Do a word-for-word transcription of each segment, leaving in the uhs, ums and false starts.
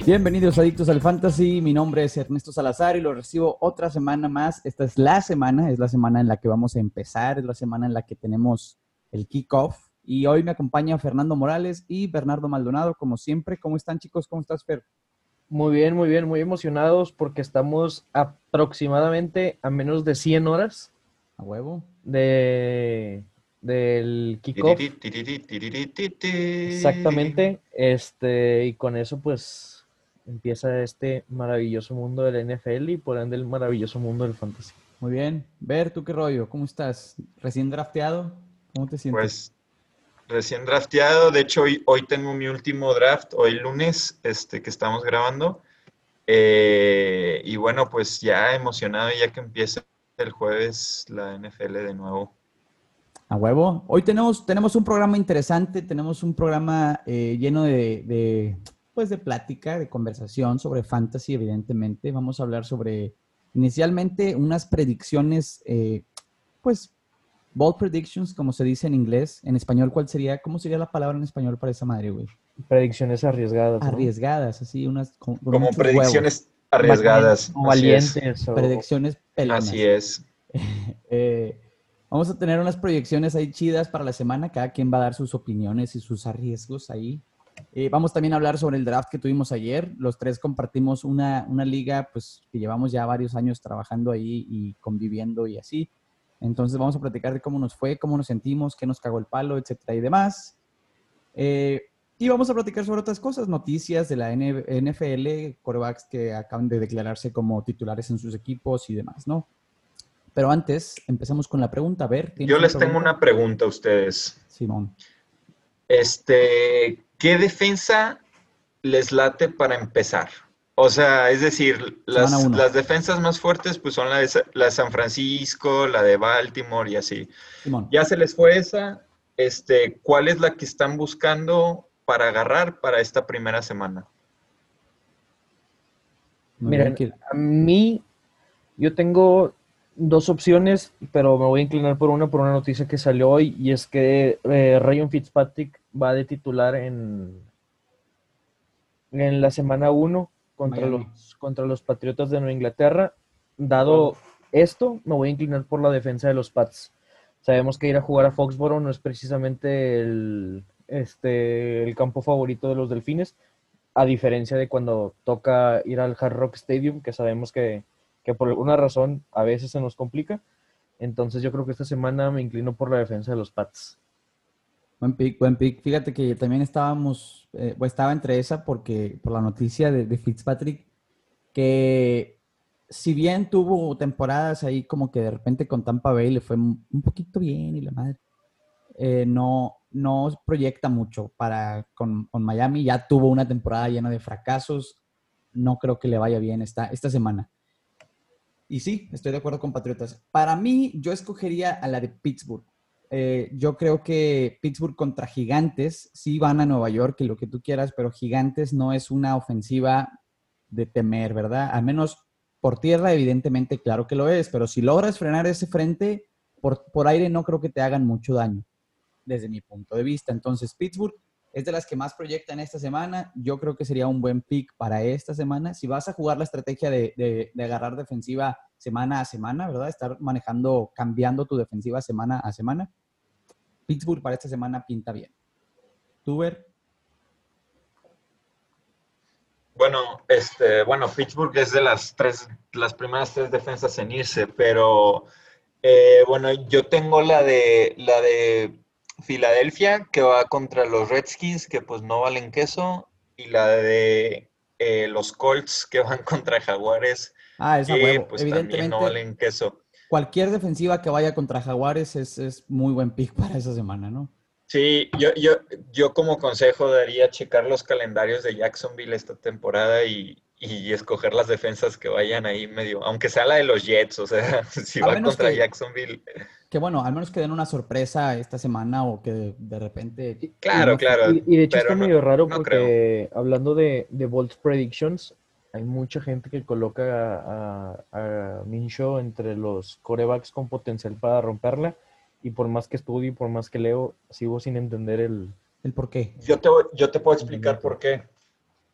Bienvenidos adictos al Fantasy, mi nombre es Ernesto Salazar y lo recibo otra semana más. Esta es la semana, es la semana en la que vamos a empezar, es la semana en la que tenemos el kickoff. Y hoy me acompaña Fernando Morales y Bernardo Maldonado, como siempre. ¿Cómo están, chicos? ¿Cómo estás, Fer? Muy bien, muy bien, muy emocionados porque estamos aproximadamente a menos de cien horas ¿A huevo? de, del kickoff. Tiriri, tiriri, tiriri, titi. Exactamente. Este, y con eso, pues, empieza este maravilloso mundo del N F L y por ende el maravilloso mundo del fantasy. Muy bien. Ver, ¿tú qué rollo? ¿Cómo estás? ¿Recién drafteado? ¿Cómo te sientes? Pues recién drafteado, de hecho hoy, hoy tengo mi último draft, hoy lunes, este, que estamos grabando. Eh, y bueno, pues ya emocionado ya que empieza el jueves la N F L de nuevo. A huevo. Hoy tenemos, tenemos un programa interesante, tenemos un programa eh, lleno de, de, pues de plática, de conversación sobre fantasy, evidentemente. Vamos a hablar sobre, inicialmente, unas predicciones, eh, pues, bold predictions, como se dice en inglés. En español, ¿cuál sería? ¿Cómo sería la palabra en español para esa madre, güey? Predicciones arriesgadas, ¿no? Arriesgadas, así, unas con, con Como muchos huevos. predicciones arriesgadas, O así es, valientes. O... Predicciones pelonas. así es. eh, Vamos a tener unas proyecciones ahí chidas para la semana. Cada quien va a dar sus opiniones y sus arriesgos ahí. Eh, vamos también a hablar sobre el draft que tuvimos ayer. Los tres compartimos una, una liga pues, que llevamos ya varios años trabajando ahí y conviviendo y así. Entonces vamos a platicar de cómo nos fue, cómo nos sentimos, qué nos cagó el palo, etcétera y demás. Eh, y vamos a platicar sobre otras cosas, noticias de la N F L, quarterbacks que acaban de declararse como titulares en sus equipos y demás, ¿no? Pero antes, empezamos con la pregunta. A ver, ¿tienes Yo una les pregunta? tengo una pregunta a ustedes. Simón. Este, ¿qué defensa les late para empezar? O sea, es decir, Semana las, uno. las defensas más fuertes pues son la de, la de San Francisco, la de Baltimore y así. Simón. Ya se les fue esa. Este, ¿cuál es la que están buscando para agarrar para esta primera semana? Muy bien, Miren, que- a mí, yo tengo dos opciones, pero me voy a inclinar por una, por una noticia que salió hoy, y es que eh, Ryan Fitzpatrick va de titular en, en la semana uno contra Miami. los, contra los Patriotas de Nueva Inglaterra. Dado esto, me voy a inclinar por la defensa de los Pats. Sabemos que ir a jugar a Foxborough no es precisamente el, este, el campo favorito de los Delfines, a diferencia de cuando toca ir al Hard Rock Stadium, que sabemos que, que por alguna razón a veces se nos complica. Entonces yo creo que esta semana me inclino por la defensa de los Pats. Buen pick, buen pick. Fíjate que también estábamos, eh, o estaba entre esa porque, por la noticia de, de Fitzpatrick, que si bien tuvo temporadas ahí como que de repente con Tampa Bay le fue un un poquito bien y la madre, eh, no, no proyecta mucho para con, con Miami. Ya tuvo una temporada llena de fracasos. No creo que le vaya bien esta, esta semana. Y sí, estoy de acuerdo con Patriotas. Para mí, yo escogería a la de Pittsburgh. Eh, yo creo que Pittsburgh contra Gigantes sí van a Nueva York y lo que tú quieras, pero Gigantes no es una ofensiva de temer, ¿verdad? Al menos por tierra, evidentemente, claro que lo es, pero si logras frenar ese frente, por, por aire no creo que te hagan mucho daño, desde mi punto de vista. Entonces, Pittsburgh es de las que más proyectan esta semana. Yo creo que sería un buen pick para esta semana. Si vas a jugar la estrategia de, de, de agarrar defensiva semana a semana, ¿verdad? Estar manejando, cambiando tu defensiva semana a semana. Pittsburgh para esta semana pinta bien. ¿Tú, Ver? Bueno, este, bueno, Pittsburgh es de las tres, las primeras tres defensas en irse, pero eh, bueno, yo tengo la de la de Filadelfia que va contra los Redskins, que pues no valen queso, y la de eh, los Colts que van contra Jaguares, Ah, es a que huevo. pues también no Evidentemente, valen queso. cualquier defensiva que vaya contra Jaguares es, es muy buen pick para esa semana, ¿no? Sí, yo, yo, yo como consejo daría checar los calendarios de Jacksonville esta temporada y, y escoger las defensas que vayan ahí medio, aunque sea la de los Jets, o sea, si A va menos contra que, Jacksonville. que, bueno, al menos que den una sorpresa esta semana o que de, de repente, Y, Claro, no sé. claro, y- y de hecho está pero no, medio raro no creo. porque hablando de, de Bold Predictions, hay mucha gente que coloca a, a, a Minshew entre los corebacks con potencial para romperla, y por más que estudio y por más que leo, sigo sin entender el... El por qué. Yo te, voy- yo te puedo Entender explicar qué. por qué.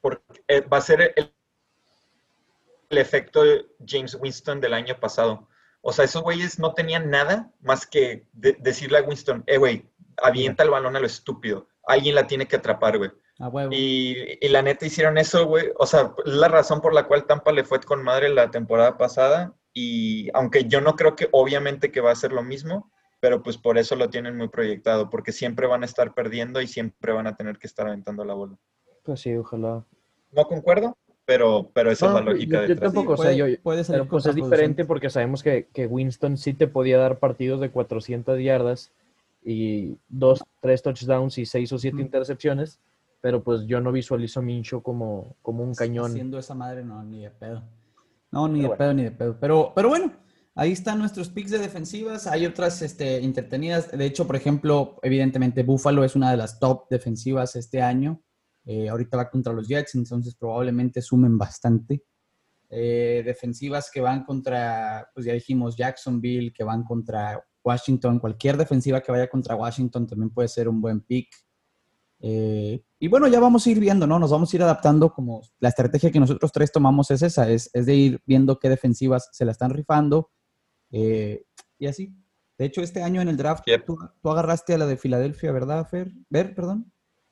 porque eh, va a ser el, el efecto de James Winston del año pasado. O sea, esos güeyes no tenían nada más que de, decirle a Winston, eh, güey, avienta el balón a lo estúpido. Alguien la tiene que atrapar, güey. A huevo. Y, y la neta hicieron eso, güey. O sea, es la razón por la cual Tampa le fue con madre la temporada pasada. Y aunque yo no creo que obviamente que va a ser lo mismo, pero pues por eso lo tienen muy proyectado, porque siempre van a estar perdiendo y siempre van a tener que estar aventando la bola. Pues sí, ojalá. No concuerdo, pero, pero esa No, es la lógica yo, yo detrás. tampoco, Sí, o sea, puede- yo, puede salir pero pues es contraproducente. diferente porque sabemos que, que Winston sí te podía dar partidos de cuatrocientas yardas y dos, tres touchdowns y seis o siete Ujú. intercepciones, pero pues yo no visualizo a Minshew como, como un cañón. Haciendo esa madre, no, ni de pedo. No, ni Pero de bueno. pedo, ni de pedo. Pero, pero bueno, ahí están nuestros picks de defensivas. Hay otras este, entretenidas. De hecho, por ejemplo, evidentemente Buffalo es una de las top defensivas este año. Eh, ahorita va contra los Jets, entonces probablemente sumen bastante. Eh, defensivas que van contra, pues ya dijimos, Jacksonville, que van contra Washington. Cualquier defensiva que vaya contra Washington también puede ser un buen pick. Eh, y bueno, ya vamos a ir viendo, ¿no? Nos vamos a ir adaptando, como la estrategia que nosotros tres tomamos es esa, es, es de ir viendo qué defensivas se la están rifando eh, y así. De hecho, este año en el draft, Yep. tú, tú agarraste a la de Filadelfia, ¿verdad, Fer? Ver, perdón.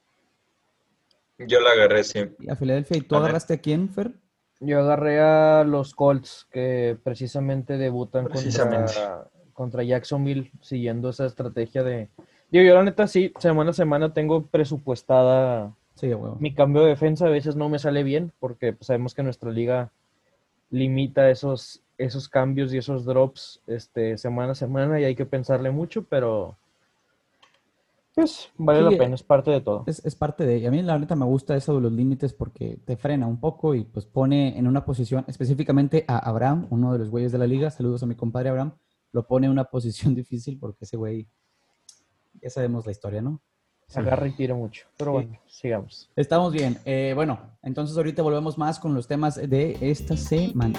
Yo la agarré, sí. Y a Filadelfia, ¿y tú A ver. agarraste a quién, Fer? Yo agarré a los Colts que precisamente debutan Precisamente. Contra, contra Jacksonville siguiendo esa estrategia de... Digo, yo la neta sí, semana a semana tengo presupuestada Sí, a huevo. mi cambio de defensa, a veces no me sale bien porque pues, sabemos que nuestra liga limita esos, esos cambios y esos drops este, semana a semana y hay que pensarle mucho, pero pues vale Sí, la pena, es parte de todo. Es, es parte de, y a mí la neta me gusta eso de los límites porque te frena un poco y pues pone en una posición, específicamente a Abraham, uno de los güeyes de la liga, saludos a mi compadre Abraham, lo pone en una posición difícil porque ese güey, ya sabemos la historia, ¿no? Sí. Agarra y tira mucho, pero Sí. bueno, sigamos. Estamos bien. Eh, bueno, entonces ahorita volvemos más con los temas de esta semana.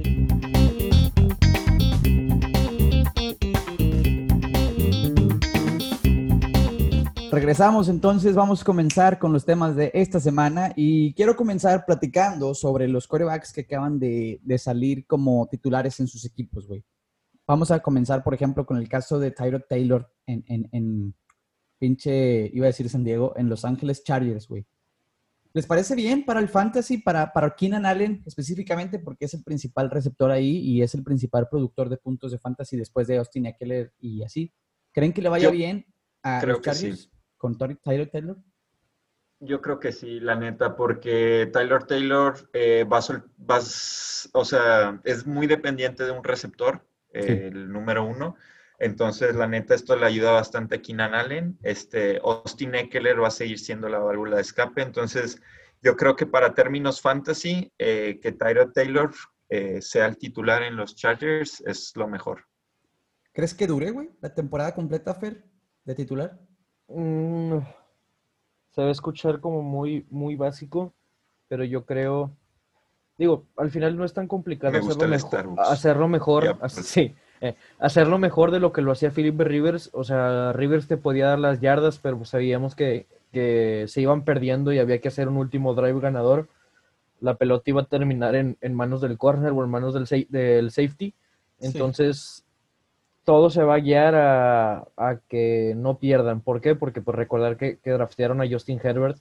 Regresamos entonces, vamos a comenzar con los temas de esta semana y quiero comenzar platicando sobre los quarterbacks que acaban de, de salir como titulares en sus equipos, güey. Vamos a comenzar, por ejemplo, con el caso de Tyrod Taylor en, en, en pinche, iba a decir San Diego, en Los Ángeles Chargers, güey. ¿Les parece bien para el fantasy, para, para Keenan Allen específicamente? Porque es el principal receptor ahí y es el principal productor de puntos de fantasy después de Austin Ekeler y así. ¿Creen que le vaya Yo bien a creo los que Chargers sí. con Tyler Taylor? Yo creo que sí, la neta, porque Tyler Taylor eh, va, a sol- va a s- o sea, es muy dependiente de un receptor, eh, Sí. el número uno. Entonces, la neta, esto le ayuda bastante a Keenan Allen. Este, Austin Ekeler va a seguir siendo la válvula de escape. Entonces, yo creo que para términos fantasy, eh, que Tyler Taylor eh, sea el titular en los Chargers es lo mejor. ¿Crees que dure, güey, la temporada completa, Fer, de titular? Mm, se va a escuchar como muy, muy básico, pero yo creo, digo, al final no es tan complicado Me gusta hacerlo el mejor, Starbucks. hacerlo mejor, Ya, as- pues. sí, eh, hacerlo mejor de lo que lo hacía Philip Rivers. O sea, Rivers te podía dar las yardas, pero pues sabíamos que, que se iban perdiendo y había que hacer un último drive ganador. La pelota iba a terminar en, en manos del corner o en manos del, sa- del safety. Entonces, todo se va a guiar a, a que no pierdan. ¿Por qué? Porque pues recordar que, que draftearon a Justin Herbert,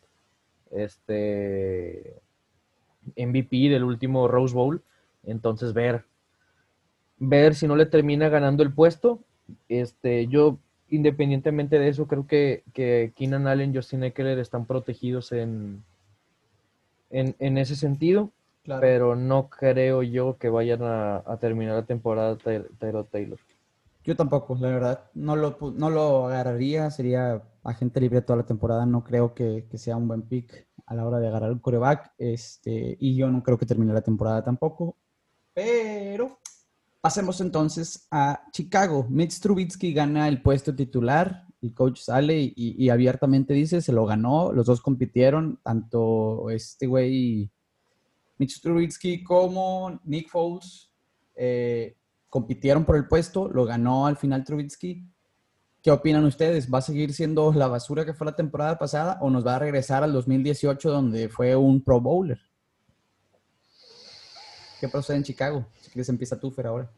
este M V P del último Rose Bowl. Entonces ver, ver si no le termina ganando el puesto. Este, yo, independientemente de eso, creo que, que Keenan Allen y Justin Eckler están protegidos en, en, en ese sentido. Claro. Pero no creo yo que vayan a, a terminar la temporada Tyrod Taylor. Yo tampoco, la verdad. No lo, pu- no lo agarraría, sería agente libre toda la temporada. No creo que, que sea un buen pick a la hora de agarrar un quarterback. Este, y yo no creo que termine la temporada tampoco. Pero pasemos entonces a Chicago. Mitch Trubisky gana el puesto titular. El coach sale y, y abiertamente dice, se lo ganó. Los dos compitieron, tanto este güey, Mitch Trubisky, como Nick Foles. Eh, compitieron por el puesto, lo ganó al final Trubisky. ¿Qué opinan ustedes? ¿Va a seguir siendo la basura que fue la temporada pasada o nos va a regresar al dos mil dieciocho donde fue un Pro Bowler? ¿Qué procede en Chicago? Si quieres empieza tú, Fer, ahora.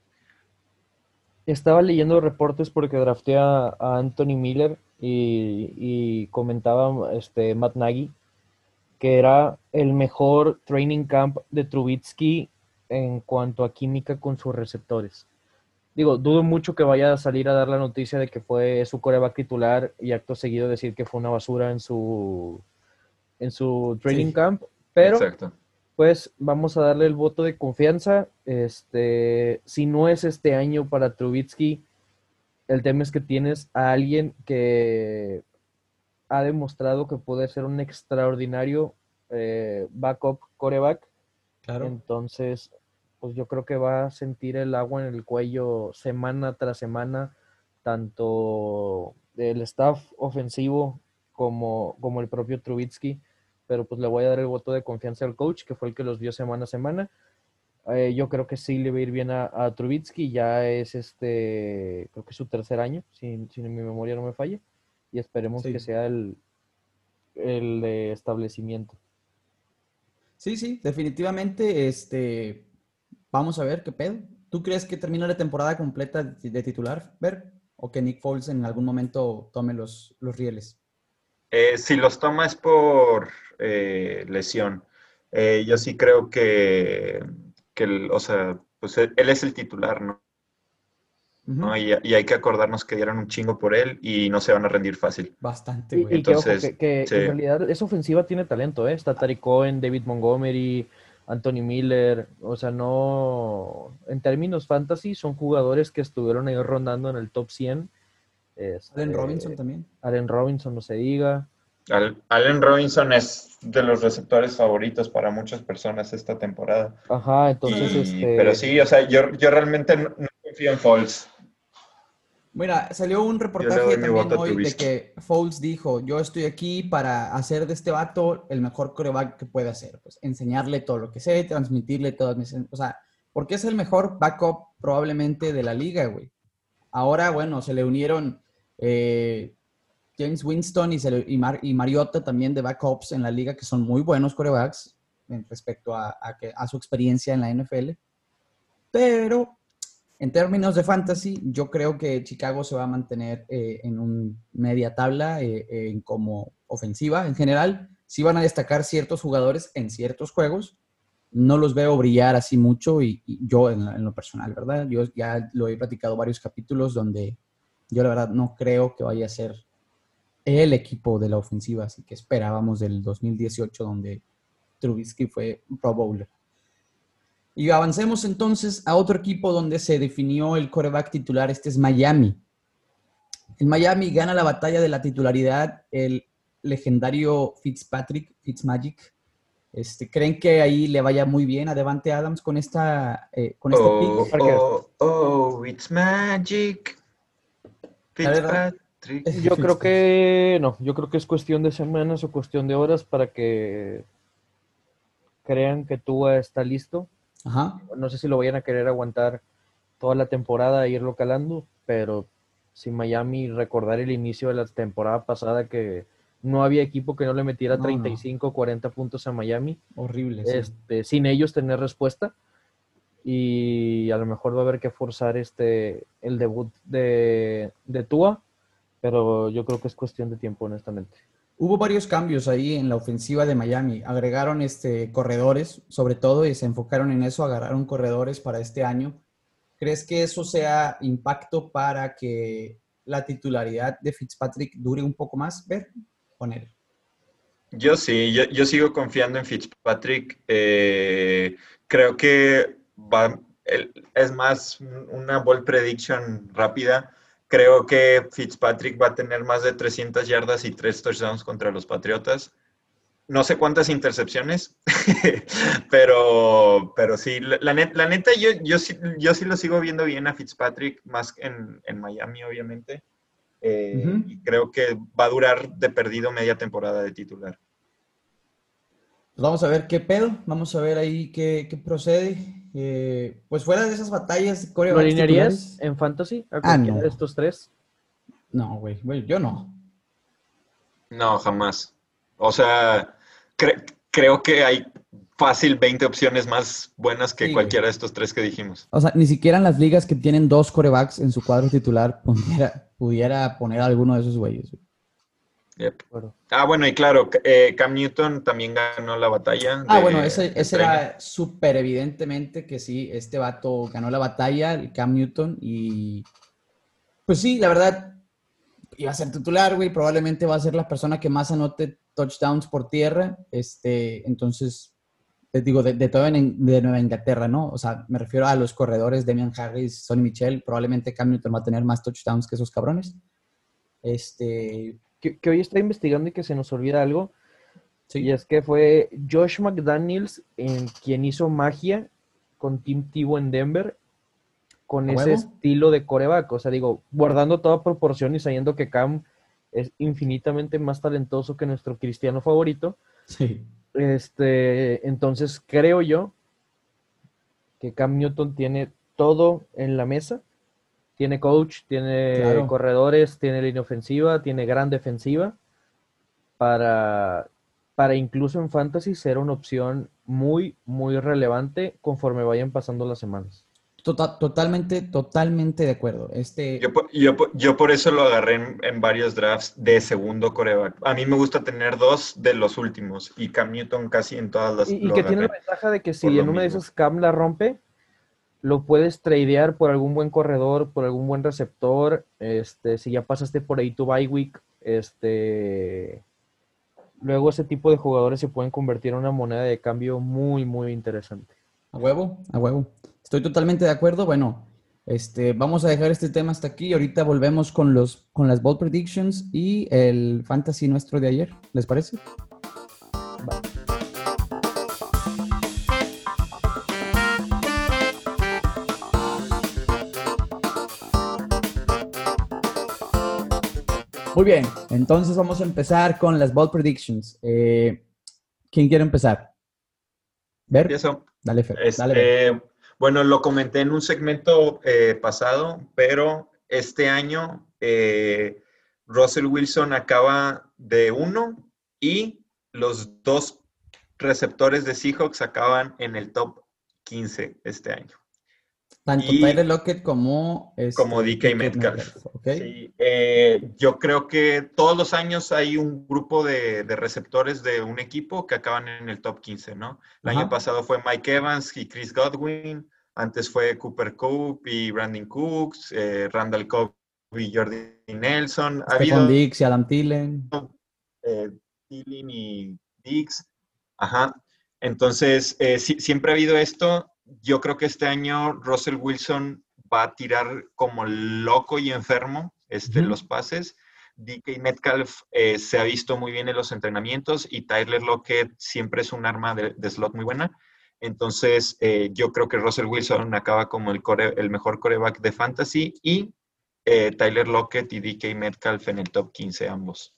Estaba leyendo reportes porque drafté a, a Anthony Miller y, y comentaba este, Matt Nagy que era el mejor training camp de Trubisky en cuanto a química con sus receptores. Digo, dudo mucho que vaya a salir a dar la noticia de que fue su quarterback titular y acto seguido decir que fue una basura en su, en su training Sí, camp, pero exacto. pues vamos a darle el voto de confianza. Este, si no es este año para Trubisky, el tema es que tienes a alguien que ha demostrado que puede ser un extraordinario eh, backup quarterback. Claro. Entonces, pues yo creo que va a sentir el agua en el cuello semana tras semana, tanto el staff ofensivo como, como el propio Trubisky, pero pues le voy a dar el voto de confianza al coach, que fue el que los vio semana a semana. Eh, yo creo que sí le va a ir bien a, a Trubisky, ya es este, creo que es su tercer año, si, si mi memoria no me falla, y esperemos Sí. que sea el, el de establecimiento. Sí, sí, definitivamente, este, vamos a ver qué pedo. ¿Tú crees que termina la temporada completa de, de titular, Ver? ¿O que Nick Foles en algún momento tome los, los rieles? Eh, si los toma es por eh, lesión. Eh, yo sí creo que, que el- o sea, pues él, él es el titular, ¿no? Ujú. ¿no? Y, y hay que acordarnos que dieron un chingo por él y no se van a rendir fácil. Bastante, Y, güey. y que ojo, Entonces, que, que, sí, que en realidad esa ofensiva tiene talento, ¿eh? Está Tariq Cohen, David Montgomery, Anthony Miller, o sea, no, en términos fantasy son jugadores que estuvieron ahí rondando en el top cien. Allen Robinson Este, también. Allen Robinson, no se diga. Al- Allen Robinson es de los receptores favoritos para muchas personas esta temporada. Ajá, entonces, Claro. Y, pero este, sí, o sea, yo, yo realmente no, no confío en Foles. Mira, salió un Yo le doy reportaje mi también voto a hoy de Trubisky. que Foles dijo, yo estoy aquí para hacer de este vato el mejor coreback que puede hacer, pues enseñarle todo lo que sé, transmitirle todas mis... O sea, porque es el mejor backup probablemente de la liga, güey. Ahora, bueno, se le unieron eh, James Winston y, se le- y, Mar- y Mariota también de backups en la liga, que son muy buenos corebacks en respecto a, a que, a su experiencia en la N F L. Pero en términos de fantasy, yo creo que Chicago se va a mantener eh, en un media tabla eh, en como ofensiva en general. Sí van a destacar ciertos jugadores en ciertos juegos. No los veo brillar así mucho y, y yo en, en lo personal, ¿verdad? Yo ya lo he platicado varios capítulos donde yo la verdad no creo que vaya a ser el equipo de la ofensiva, así que esperábamos del dos mil dieciocho donde Trubisky fue un Pro Bowler. Y avancemos entonces a otro equipo donde se definió el quarterback titular, este es Miami. En Miami gana la batalla de la titularidad el legendario Fitzpatrick, Fitzmagic. Este, ¿Creen que ahí le vaya muy bien a Devante Adams con, esta, eh, con este Oh, pick? Parker, oh, oh, it's magic. La verdad, Fitzpatrick. yo creo que no, yo creo que es cuestión de semanas o cuestión de horas para que crean que Tua está listo. Ajá. No sé si lo vayan a querer aguantar toda la temporada e irlo calando, pero si Miami recordar el inicio de la temporada pasada que no había equipo que no le metiera No, treinta y no. cinco o cuarenta puntos a Miami, Horrible, sí. este, sin ellos tener respuesta, y a lo mejor va a haber que forzar este el debut de, de Tua, pero yo creo que es cuestión de tiempo, honestamente. Hubo varios cambios ahí en la ofensiva de Miami. Agregaron este, corredores, sobre todo, y se enfocaron en eso, agarraron corredores para este año. ¿Crees que eso sea impacto para que la titularidad de Fitzpatrick dure un poco más? Ver, poner. Yo sí, yo, yo sigo confiando en Fitzpatrick. Eh, creo que va, el- es más una ball prediction rápida. Creo que Fitzpatrick va a tener más de trescientas yardas y tres touchdowns contra los Patriotas. No sé cuántas intercepciones, pero, pero sí, la, la net- la neta yo, yo, sí, yo sí lo sigo viendo bien a Fitzpatrick, más en, en Miami, obviamente. Eh, Ujú. y creo que va a durar de perdido media temporada de titular. Pues vamos a ver qué pedo, vamos a ver ahí qué, qué procede. Eh, pues fuera de esas batallas de ¿Lo corebacks alinearías titulares. en fantasy a Ah, cualquiera de no. estos tres? No, güey, güey, yo no. No, jamás. O sea, cre- creo que hay fácil veinte opciones más buenas que Sí, güey. cualquiera de estos tres que dijimos. O sea, ni siquiera en las ligas que tienen dos corebacks en su cuadro titular pudiera, pudiera poner a alguno de esos güeyes, güey. Yep. Bueno, Ah, bueno, y claro, eh, Cam Newton también ganó la batalla Ah, bueno, de, ese, del ese premio. era súper evidentemente que sí, este vato ganó la batalla, el Cam Newton, y pues sí, la verdad, iba a ser titular, güey, probablemente va a ser la persona que más anote touchdowns por tierra, este, entonces, te digo, de, de todo en, de Nueva Inglaterra, ¿no? O sea, me refiero a los corredores, Damian Harris, Sonny Michel, probablemente Cam Newton va a tener más touchdowns que esos cabrones. Este, que, que hoy está investigando y que se nos olvida algo, y sí, es que fue Josh McDaniels en quien hizo magia con Tim Tebow en Denver con a ese huevo. estilo de coreback. O sea, digo, guardando toda proporción y sabiendo que Cam es infinitamente más talentoso que nuestro cristiano favorito. Sí, Este, entonces creo yo que Cam Newton tiene todo en la mesa. Tiene coach, tiene claro. corredores, tiene línea ofensiva, tiene gran defensiva para, para incluso en fantasy ser una opción muy, muy relevante conforme vayan pasando las semanas. Tota- totalmente, totalmente de acuerdo. Yo, Este, po- yo, po- yo por eso lo agarré en, en varios drafts de segundo coreback. A mí me gusta tener dos de los últimos y Cam Newton casi en todas las Y, y lo que tiene la agarré ventaja de que por si lo en una de mismo. esas Cam la rompe, lo puedes tradear por algún buen corredor, por algún buen receptor. Este, si ya pasaste por ahí tu bye week, este, luego ese tipo de jugadores se pueden convertir en una moneda de cambio muy, muy interesante. a huevo, a huevo. Estoy totalmente de acuerdo. Bueno, este, vamos a dejar este tema hasta aquí. Ahorita volvemos con los, con las bold predictions y el fantasy nuestro de ayer. ¿Les parece? Muy bien, entonces vamos a empezar con las bold predictions. Eh, ¿quién quiere empezar? ¿Ver? Empiezo. Dale, Fer. Dale, Ver. Este, bueno, lo comenté en un segmento eh, pasado, pero este año eh, Russell Wilson acaba de uno y los dos receptores de Seahawks acaban en el top quince este año. Tanto Tyler Y Lockett como como este, D K D K Metcalf. Metcalf, ¿ok? Sí, eh, yo creo que todos los años hay un grupo de, de receptores de un equipo que acaban en el top quince, ¿no? El año Ajá. pasado fue Mike Evans y Chris Godwin, antes fue Cooper Kupp y Brandon Cooks, eh, Randall Cobb y Jordi Nelson. Ha Stephon habido Diggs y Adam Thielen. eh, Thielen y Diggs. Ajá. Entonces, eh, sí, siempre ha habido esto. Yo creo que este año Russell Wilson va a tirar como loco y enfermo este, Uh-huh. los pases. D K Metcalf eh, se ha visto muy bien en los entrenamientos y Tyler Lockett siempre es un arma de, de slot muy buena. Entonces, eh, yo creo que Russell Wilson acaba como el, core, el mejor coreback de fantasy y eh, Tyler Lockett y D K Metcalf en el top quince ambos.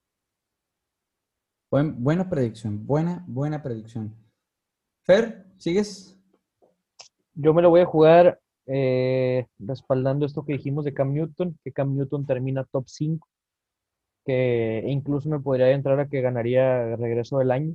Buen, buena predicción, buena, buena predicción. Fer, ¿sigues? Yo me lo voy a jugar eh, respaldando esto que dijimos de Cam Newton, que Cam Newton termina top cinco, que incluso me podría entrar a que ganaría regreso del año.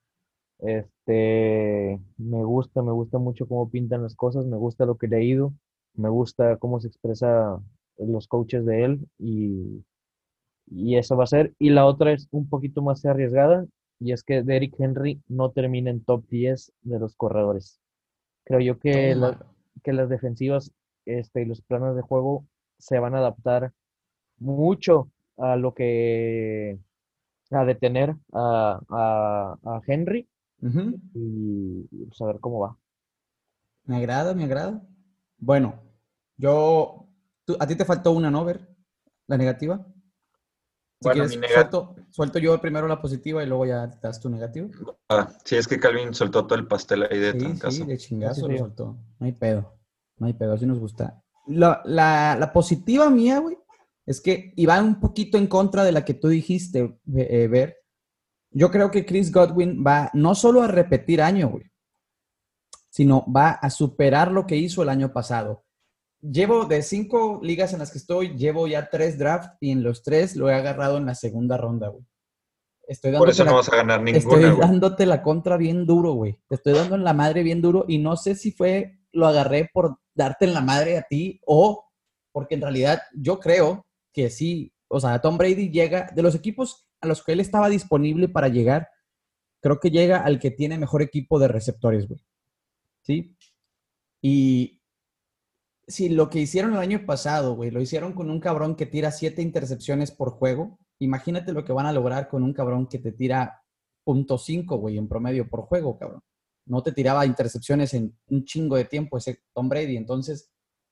Este, me gusta, me gusta mucho cómo pintan las cosas, me gusta lo que he leído, me gusta cómo se expresa los coaches de él y, y eso va a ser. Y la otra es un poquito más arriesgada y es que Derrick Henry no termina en top diez de los corredores. Creo yo que, Toma. la- que las defensivas este, y los planes de juego se van a adaptar mucho a lo que, a detener a, a, a Henry Uh-huh. y pues, a ver cómo va. Me agrada, me agrada. Bueno, yo, tú- a ti te faltó una, ¿no, Ver? La negativa. Si Bueno, mi quieres, negativa. suelto, suelto yo primero la positiva y luego ya te das tu negativa. Ah, sí, es que Calvin soltó todo el pastel ahí de Sí, sí, trancazo. de Así chingazo soy lo yo. soltó. No hay pedo. No hay pedo, así nos gusta. La, la, la positiva mía, güey, es que, y va un poquito en contra de la que tú dijiste, eh, Ver. Yo creo que Chris Godwin va no solo a repetir año, güey, sino va a superar lo que hizo el año pasado. llevo de cinco ligas en las que estoy, llevo ya tres drafts y en los tres lo he agarrado en la segunda ronda, güey. Estoy Por dándote eso no la, vas a ganar ninguna, estoy güey. dándote la contra bien duro, güey. Te estoy dando en la madre bien duro y no sé si fue, lo agarré por darte en la madre a ti o porque en realidad yo creo que sí, o sea, Tom Brady llega, de los equipos a los que él estaba disponible para llegar, creo que llega al que tiene mejor equipo de receptores, güey. ¿Sí? Y si lo que hicieron el año pasado, güey, lo hicieron con un cabrón que tira siete intercepciones por juego, imagínate lo que van a lograr con un cabrón que te tira punto cinco, güey, en promedio por juego, cabrón. No te tiraba intercepciones en un chingo de tiempo ese Tom Brady. Entonces,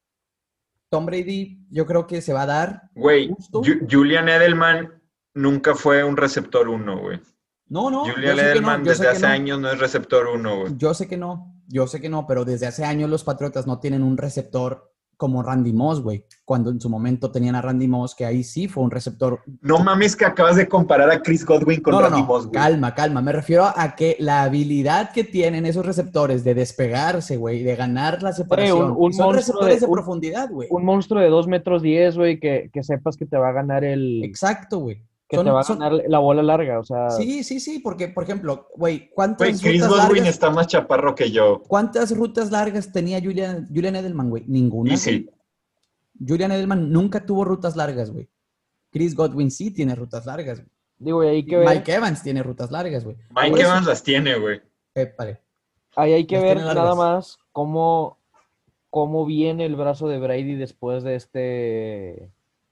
Tom Brady yo creo que se va a dar Güey, justo. Ju- Julian Edelman nunca fue un receptor uno, güey. No, no, yo Julian sé que no, Edelman yo desde sé que hace no. años no es receptor uno, güey. Yo sé que no, yo sé que no, pero desde hace años los Patriotas no tienen un receptor como Randy Moss, güey. Cuando en su momento tenían a Randy Moss, que ahí sí fue un receptor. No mames que acabas de comparar a Chris Godwin con No, no, Randy no, Moss, güey. calma, calma. Me refiero a que la habilidad que tienen esos receptores de despegarse, güey, de ganar la Eh, un, separación. un Y son monstruo receptores de de un, profundidad, güey. un monstruo de dos metros diez, güey, que, que sepas que te va a ganar el, Exacto, güey. que te va Son, a son, ganar la bola larga, o sea, sí, sí, sí, porque, por ejemplo, güey, Güey, ¿cuántas Chris rutas Godwin largas, está más chaparro que yo. cuántas rutas largas tenía Julian, Julian Edelman, güey? Y Ninguna, güey. sí. Julian Edelman nunca tuvo rutas largas, güey. Chris Godwin sí tiene rutas largas, güey. digo, y hay que ver, Mike Evans tiene rutas largas, güey. Por Mike eso, Evans las tiene, güey. épale, ahí hay que las tiene ver nada largas. más cómo, cómo viene el brazo de Brady después de este,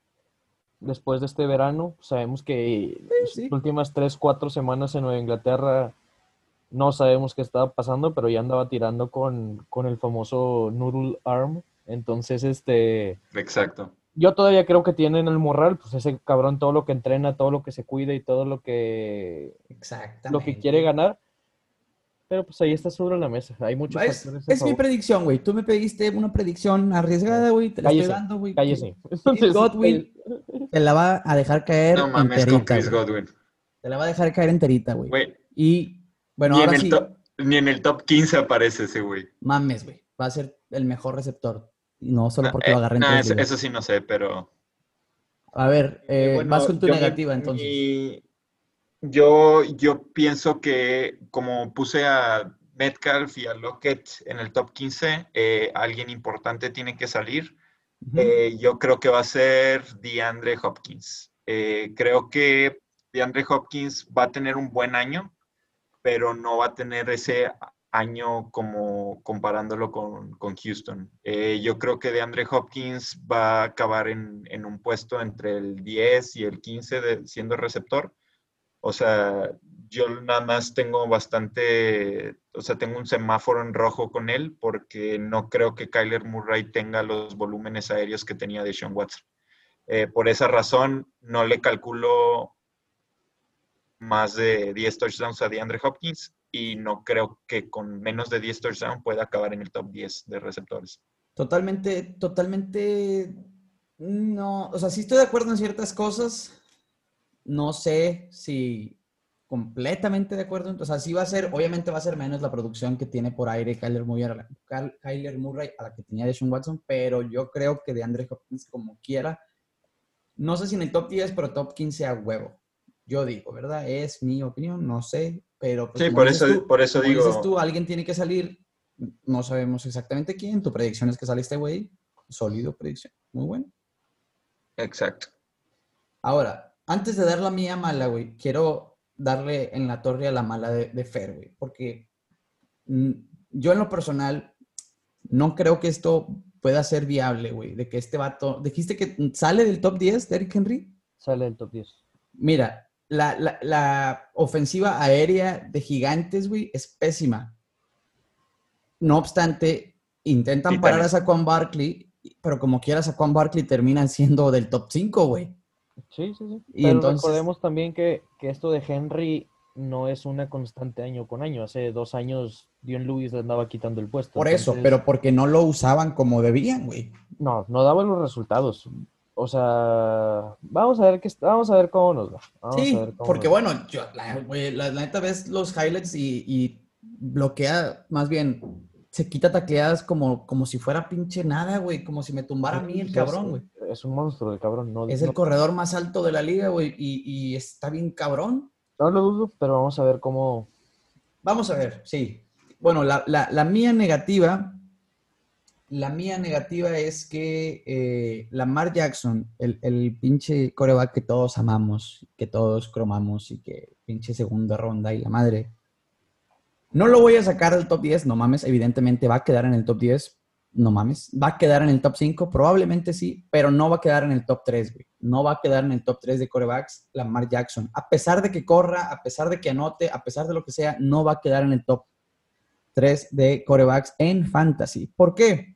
después de este verano. Sabemos que las Sí. últimas tres, cuatro semanas en Nueva Inglaterra no sabemos qué estaba pasando, pero ya andaba tirando con, con el famoso noodle arm. Entonces, este, Exacto. yo todavía creo que tienen el morral, pues ese cabrón todo lo que entrena, todo lo que se cuida y todo lo que, lo que quiere Exactamente. ganar. Pero pues ahí está sobre la mesa. Hay muchos Es, factores a es mi favor. predicción, güey. Tú me pediste una predicción arriesgada, güey. Te la estoy Cállese, dando, güey. cállese. Chris Entonces, cállese. Godwin te la va a dejar No caer mames con enterita, Chris güey. Godwin. Te la va a dejar caer enterita, güey. Güey, Y, bueno, ni en ahora el sí, top, ni en el top quince aparece ese güey. mames, güey. Va a ser el mejor receptor. Y no solo No, porque lo eh, agarré en nah, tres eso, ligas. eso sí no sé, pero... A ver, Eh, eh, vas bueno, con tu yo, mi, negativa, entonces. mi- yo, yo pienso que como puse a Metcalf y a Lockett en el top quince, eh, alguien importante tiene que salir. Ujú. Eh, yo creo que va a ser DeAndre Hopkins. Eh, creo que DeAndre Hopkins va a tener un buen año, pero no va a tener ese año como comparándolo con, con Houston. Eh, yo creo que DeAndre Hopkins va a acabar en, en un puesto entre el diez y el quince de, siendo receptor. O sea, yo nada más tengo bastante, o sea, tengo un semáforo en rojo con él porque no creo que Kyler Murray tenga los volúmenes aéreos que tenía Deshaun Watson. Eh, por esa razón, no le calculo más de diez touchdowns a DeAndre Hopkins y no creo que con menos de diez touchdowns pueda acabar en el top diez de receptores. Totalmente, totalmente. No, o sea, sí estoy de acuerdo en ciertas cosas. No sé si completamente de acuerdo. O sea, sí va a ser, obviamente va a ser menos la producción que tiene por aire Kyler Murray a la, Kyler Murray a la que tenía Deshaun Watson, pero yo creo que de Andre Hopkins como quiera, no sé si en el top diez, pero top quince a huevo. Yo digo, ¿verdad? Es mi opinión, no sé, pero pues Sí, como por dices eso, tú, por eso como dices digo, tú, alguien tiene que salir, no sabemos exactamente quién, tu predicción es que sale este güey, sólido predicción, muy bueno. exacto. Ahora, antes de dar la mía mala, güey, quiero darle en la torre a la mala de, de Fer, güey, porque mm, yo en lo personal no creo que esto pueda ser viable, güey, de que este vato, dijiste que sale del top diez, Derrick Henry. Sale el top diez. Mira, la, la, la ofensiva aérea de Gigantes, güey, es pésima. No obstante, intentan parar a Titanes. Saquon Barkley, pero como quiera Saquon Barkley terminan siendo del top cinco, güey. Sí, sí, sí. Y Pero entonces, recordemos también que, que esto de Henry no es una constante año con año. Hace dos años Dion Lewis le andaba quitando el puesto. por eso, Entonces, pero porque no lo usaban como debían, güey. no, no daba los resultados. O sea, vamos a ver qué, vamos a ver cómo nos va. Vamos a ver Sí, cómo porque nos va. bueno, yo, la, güey, la, la neta ves los highlights y, y bloquea, más bien, se quita tacleadas como, como si fuera pinche nada, güey. Como si me tumbara a mí el Sí, cabrón, es, güey. es un monstruo de cabrón. No, Es no, el corredor más alto de la liga, güey. Y, y está bien cabrón. no lo dudo, pero vamos a ver cómo. Vamos a ver, sí. Bueno, la, la, la mía negativa, la mía negativa es que eh, Lamar Jackson, el, el pinche coreback que todos amamos, que todos cromamos y que pinche segunda ronda y la madre. No lo voy a sacar del top diez, no mames, evidentemente va a quedar en el top diez, no mames. Va a quedar en el top cinco, probablemente sí, pero no va a quedar en el top tres, güey. No va a quedar en el top tres de corebacks Lamar Jackson. A pesar de que corra, a pesar de que anote, a pesar de lo que sea, no va a quedar en el top tres de corebacks en fantasy. ¿Por qué?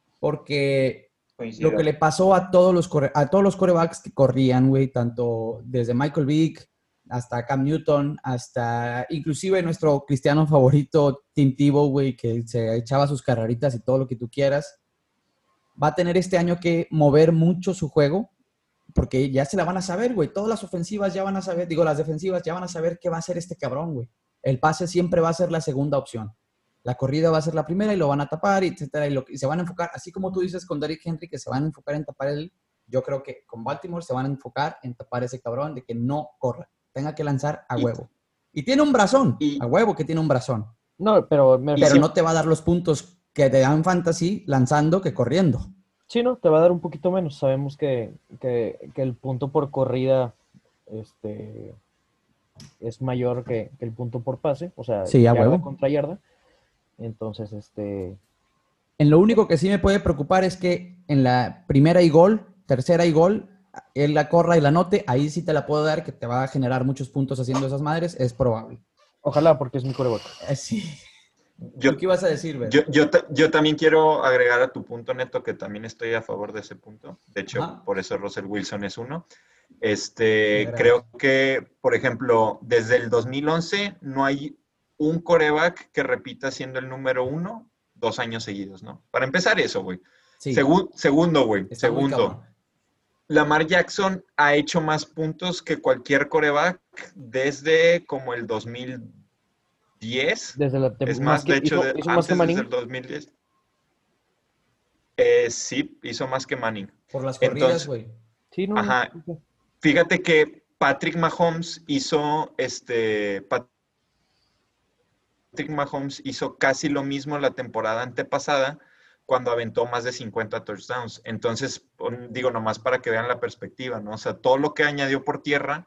Porque Coincido. lo que le pasó a todos los, core, a todos los corebacks que corrían, güey, tanto desde Michael Vick hasta Cam Newton, hasta inclusive nuestro cristiano favorito, Tim Tebow, güey, que se echaba sus carreritas y todo lo que tú quieras, va a tener este año que mover mucho su juego, porque ya se la van a saber, güey. Todas las ofensivas ya van a saber, digo, las defensivas ya van a saber qué va a hacer este cabrón, güey. El pase siempre va a ser la segunda opción. La corrida va a ser la primera y lo van a tapar, etcétera, y, lo, y se van a enfocar, así como tú dices con Derrick Henry, que se van a enfocar en tapar el, yo creo que con Baltimore se van a enfocar en tapar ese cabrón de que no corra, tenga que lanzar a huevo. Y, y tiene un brazón, y, a huevo que tiene un brazón. No, pero... Me pero no te va a dar los puntos que te dan fantasy lanzando que corriendo. Sí, no, te va a dar un poquito menos. Sabemos que, que, que el punto por corrida este, es mayor que, que el punto por pase, o sea, sí, a yarda huevo. contra yarda. Entonces, este... En lo único que sí me puede preocupar es que en la primera y gol, tercera y gol, él la corra y la anote, ahí sí te la puedo dar, que te va a generar muchos puntos haciendo esas madres, es probable. Ojalá, porque es mi coreback. Eh, sí. Yo, ¿Tú qué ibas a decir, Ver? Yo, yo, yo también quiero agregar a tu punto, Neto, que también estoy a favor de ese punto. De hecho, Ajá. por eso Russell Wilson es uno. Este, creo que, por ejemplo, desde el dos mil once no hay un coreback que repita siendo el número uno dos años seguidos, ¿no? Para empezar eso, güey. Sí. Segu segundo, güey. Segundo. Lamar Jackson ha hecho más puntos que cualquier coreback desde como el dos mil diez. Desde la es más, de hecho, hizo, de, hizo antes más que Manning. desde el dos mil diez. Eh, sí, hizo más que Manning. Por las corridas, güey. Sí, no, ajá. No. Fíjate que Patrick Mahomes hizo este Patrick Mahomes hizo casi lo mismo la temporada antepasada cuando aventó más de cincuenta touchdowns. Entonces, digo, nomás para que vean la perspectiva, ¿no? O sea, todo lo que añadió por tierra,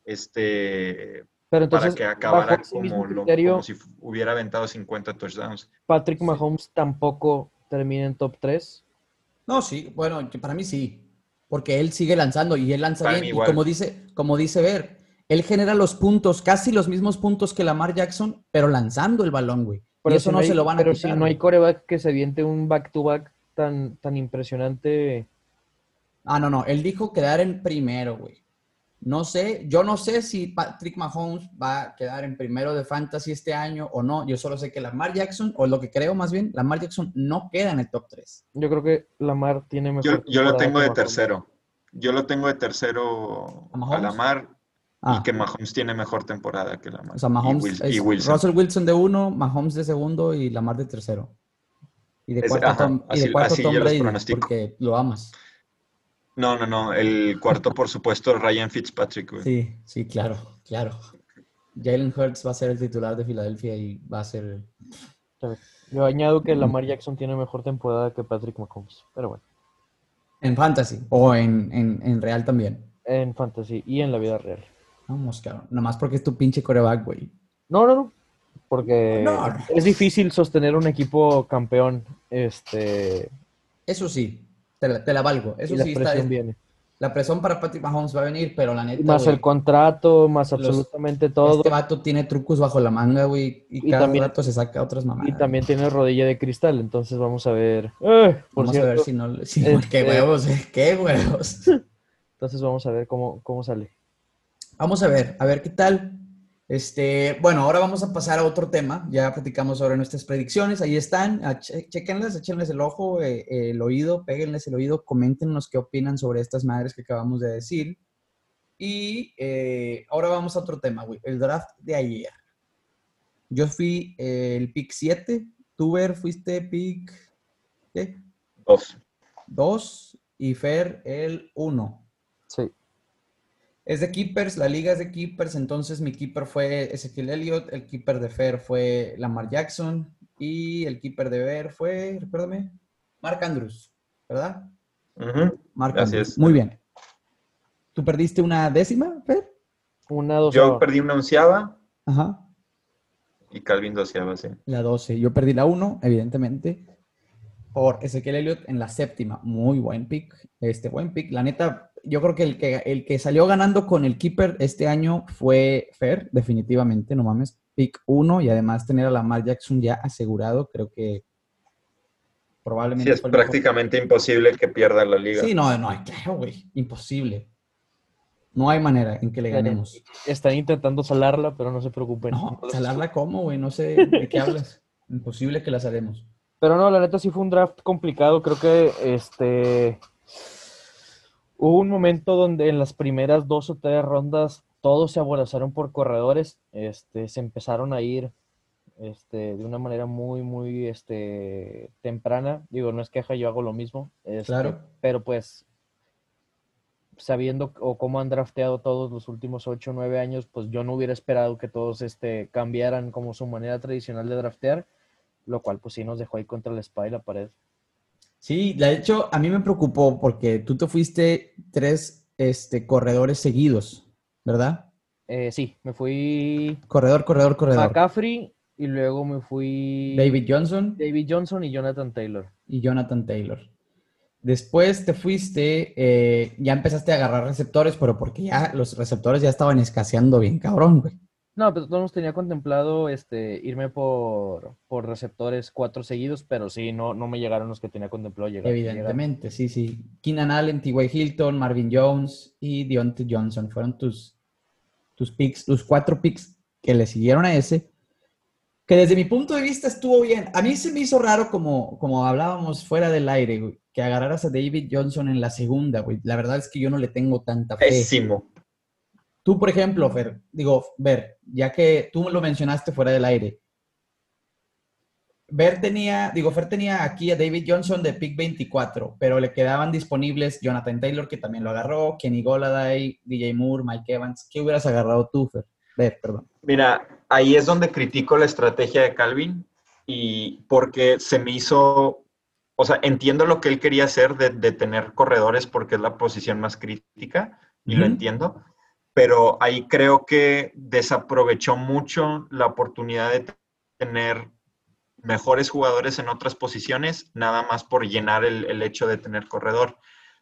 este, Pero entonces, para que acabara como, criterio, lo, como si hubiera aventado cincuenta touchdowns. Patrick Mahomes sí. tampoco termina en top tres. No, sí, bueno, para mí sí. Porque él sigue lanzando y él lanza para bien. Y como dice, como dice Ver, él genera los puntos, casi los mismos puntos que Lamar Jackson, pero lanzando el balón, güey. Pero y eso si no hay, se lo van pero a quitar. Pero si no hay coreback que se aviente un back-to-back tan, tan impresionante. Ah, no, no. Él dijo quedar en primero, güey. No sé, yo no sé si Patrick Mahomes va a quedar en primero de fantasy este año o no. Yo solo sé que Lamar Jackson, o lo que creo más bien, Lamar Jackson no queda en el top tres. Yo creo que Lamar tiene mejor. Yo, yo lo tengo de tercero. Yo lo tengo de tercero a, a Lamar ah. y que Mahomes tiene mejor temporada que Lamar. O sea, Mahomes y, Will, es y Wilson. Russell Wilson de uno, Mahomes de segundo y Lamar de tercero. Y de cuarto, es, ajá, Tom, así, y de cuarto así Tom yo Brady, los porque lo amas. No, no, no. El cuarto, por supuesto, Ryan Fitzpatrick, güey. Sí, sí, claro, claro. Jalen Hurts va a ser el titular de Filadelfia y va a ser... Yo añado que Lamar Jackson tiene mejor temporada que Patrick Mahomes, pero bueno. En fantasy o en, en, en real también. En fantasy y en la vida real. Vamos, cabrón. Nomás porque es tu pinche coreback, güey. No, no, no. Porque no, no. es difícil sostener un equipo campeón. Este... Eso sí, te la, te la valgo. Eso y sí la presión está, viene. La presión para Patrick Mahomes va a venir, pero la neta, más wey, el contrato, más absolutamente los, todo. Este vato tiene trucos bajo la manga, güey, y, y cada también, rato se saca otras mamadas. Y también tiene rodilla de cristal, entonces vamos a ver. Eh, por vamos cierto, a ver si no... Si, este, ¡Qué huevos, eh! ¡Qué huevos! Entonces vamos a ver cómo, cómo sale. Vamos a ver, a ver qué tal. Este, bueno, ahora vamos a pasar a otro tema. Ya platicamos sobre nuestras predicciones. Ahí están. Che chequenlas, échenles el ojo, eh, eh, el oído, péguenles el oído, coméntenos qué opinan sobre estas madres que acabamos de decir. Y eh, ahora vamos a otro tema, güey. El draft de ayer. Yo fui eh, el pick siete, tú, Ver, fuiste pick, ¿qué? Dos. Dos y Fer el uno. Sí. Es de keepers, la liga es de keepers, entonces mi keeper fue Ezequiel Elliott, el keeper de Fer fue Lamar Jackson y el keeper de Ver fue, recuérdame, Mark Andrews, ¿verdad? Uh-huh. Mark Así Andrews, es. muy bien. ¿Tú perdiste una décima, Fer? Una dos. Yo perdí una onceava Ajá. y Calvin doceava, sí. La doce. Yo perdí la uno, evidentemente, por Ezequiel Elliott en la séptima. Muy buen pick. Este buen pick. La neta, yo creo que el que, el que salió ganando con el keeper este año fue Fer, definitivamente, no mames. Pick uno y además tener a Lamar Jackson ya asegurado, creo que probablemente Sí, es fue el mejor. prácticamente imposible que pierda la liga. Sí, no, no, claro, güey. Imposible. No hay manera en que le ganemos. Están intentando salarla, pero no se preocupen. No, salarla cómo, güey. No sé de qué hablas. Imposible que la salemos. Pero no, la neta sí fue un draft complicado. Creo que este hubo un momento donde en las primeras dos o tres rondas todos se aborazaron por corredores. Este, se empezaron a ir este, de una manera muy, muy este, temprana. Digo, no es queja, yo hago lo mismo. Este, Claro. Pero pues, sabiendo o cómo han drafteado todos los últimos ocho o nueve años, pues yo no hubiera esperado que todos este, cambiaran como su manera tradicional de draftear, lo cual pues sí nos dejó ahí contra la espada y la pared. Sí, de hecho, a mí me preocupó porque tú te fuiste tres este, corredores seguidos, ¿verdad? Eh, sí, me fui Corredor, corredor, corredor. McCaffrey y luego me fui David Johnson David Johnson y Jonathan Taylor. y Jonathan Taylor. Después te fuiste, eh, ya empezaste a agarrar receptores, pero porque ya los receptores ya estaban escaseando bien cabrón, güey. No, pero todos tenía contemplado este, irme por, por receptores cuatro seguidos, pero sí, no, no me llegaron los que tenía contemplado llegar. Evidentemente, sí, sí. Keenan Allen, T Y Hilton, Marvin Jones y Deontay Johnson fueron tus, tus picks, tus cuatro picks que le siguieron a ese, que desde mi punto de vista estuvo bien. A mí se me hizo raro, como, como hablábamos fuera del aire, güey, que agarraras a David Johnson en la segunda, güey. La verdad es que yo no le tengo tanta fe. Pésimo. Tú, por ejemplo, Fer, digo, Ver, ya que tú lo mencionaste fuera del aire, Ver tenía, digo, Fer tenía aquí a David Johnson de pick veinticuatro, pero le quedaban disponibles Jonathan Taylor, que también lo agarró, Kenny Golladay, D J Moore, Mike Evans. ¿Qué hubieras agarrado tú, Fer? Ver, perdón. Mira, ahí es donde critico la estrategia de Calvin y porque se me hizo, o sea, entiendo lo que él quería hacer de, de tener corredores porque es la posición más crítica y Uh-huh. lo entiendo, pero ahí creo que desaprovechó mucho la oportunidad de tener mejores jugadores en otras posiciones, nada más por llenar el, el hecho de tener corredor.